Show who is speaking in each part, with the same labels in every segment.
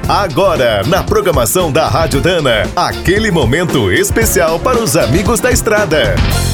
Speaker 1: Agora, na programação da Rádio Dana, aquele momento especial para os amigos da estrada.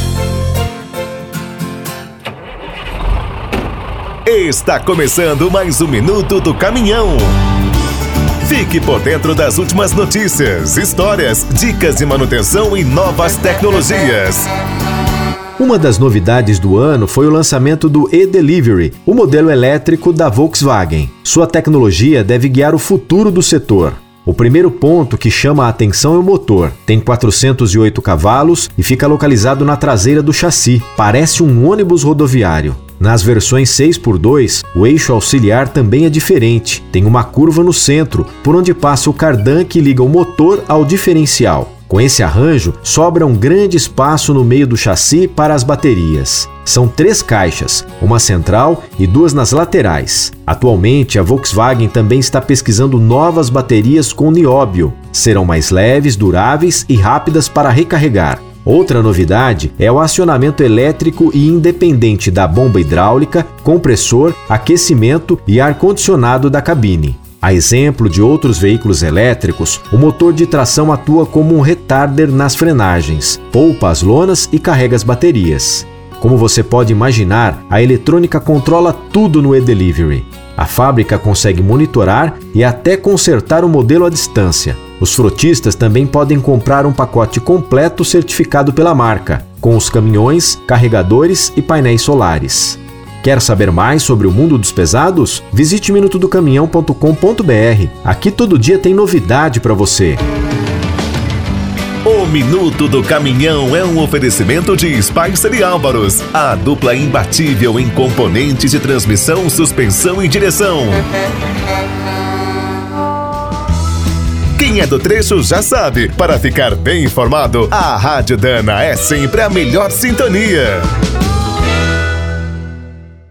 Speaker 1: Está começando mais um Minuto do Caminhão. Fique por dentro das últimas notícias, histórias, dicas de manutenção e novas tecnologias.
Speaker 2: Uma das novidades do ano foi o lançamento do e-Delivery, o modelo elétrico da Volkswagen. Sua tecnologia deve guiar o futuro do setor. O primeiro ponto que chama a atenção é o motor. Tem 408 cavalos e fica localizado na traseira do chassi. Parece um ônibus rodoviário. Nas versões 6x2, o eixo auxiliar também é diferente. Tem uma curva no centro, por onde passa o cardan que liga o motor ao diferencial. Com esse arranjo, sobra um grande espaço no meio do chassi para as baterias. São 3 caixas, uma central e 2 nas laterais. Atualmente, a Volkswagen também está pesquisando novas baterias com nióbio. Serão mais leves, duráveis e rápidas para recarregar. Outra novidade é o acionamento elétrico e independente da bomba hidráulica, compressor, aquecimento e ar-condicionado da cabine. A exemplo de outros veículos elétricos, o motor de tração atua como um retarder nas frenagens, poupa as lonas e carrega as baterias. Como você pode imaginar, a eletrônica controla tudo no e-Delivery. A fábrica consegue monitorar e até consertar o modelo à distância. Os frotistas também podem comprar um pacote completo certificado pela marca, com os caminhões, carregadores e painéis solares. Quer saber mais sobre o mundo dos pesados? Visite minutodocaminhão.com.br. Aqui todo dia tem novidade para você.
Speaker 1: O Minuto do Caminhão é um oferecimento de Spicer e Álvaros, a dupla imbatível em componentes de transmissão, suspensão e direção. Quem é do trecho já sabe, para ficar bem informado, a Rádio Dana é sempre a melhor sintonia.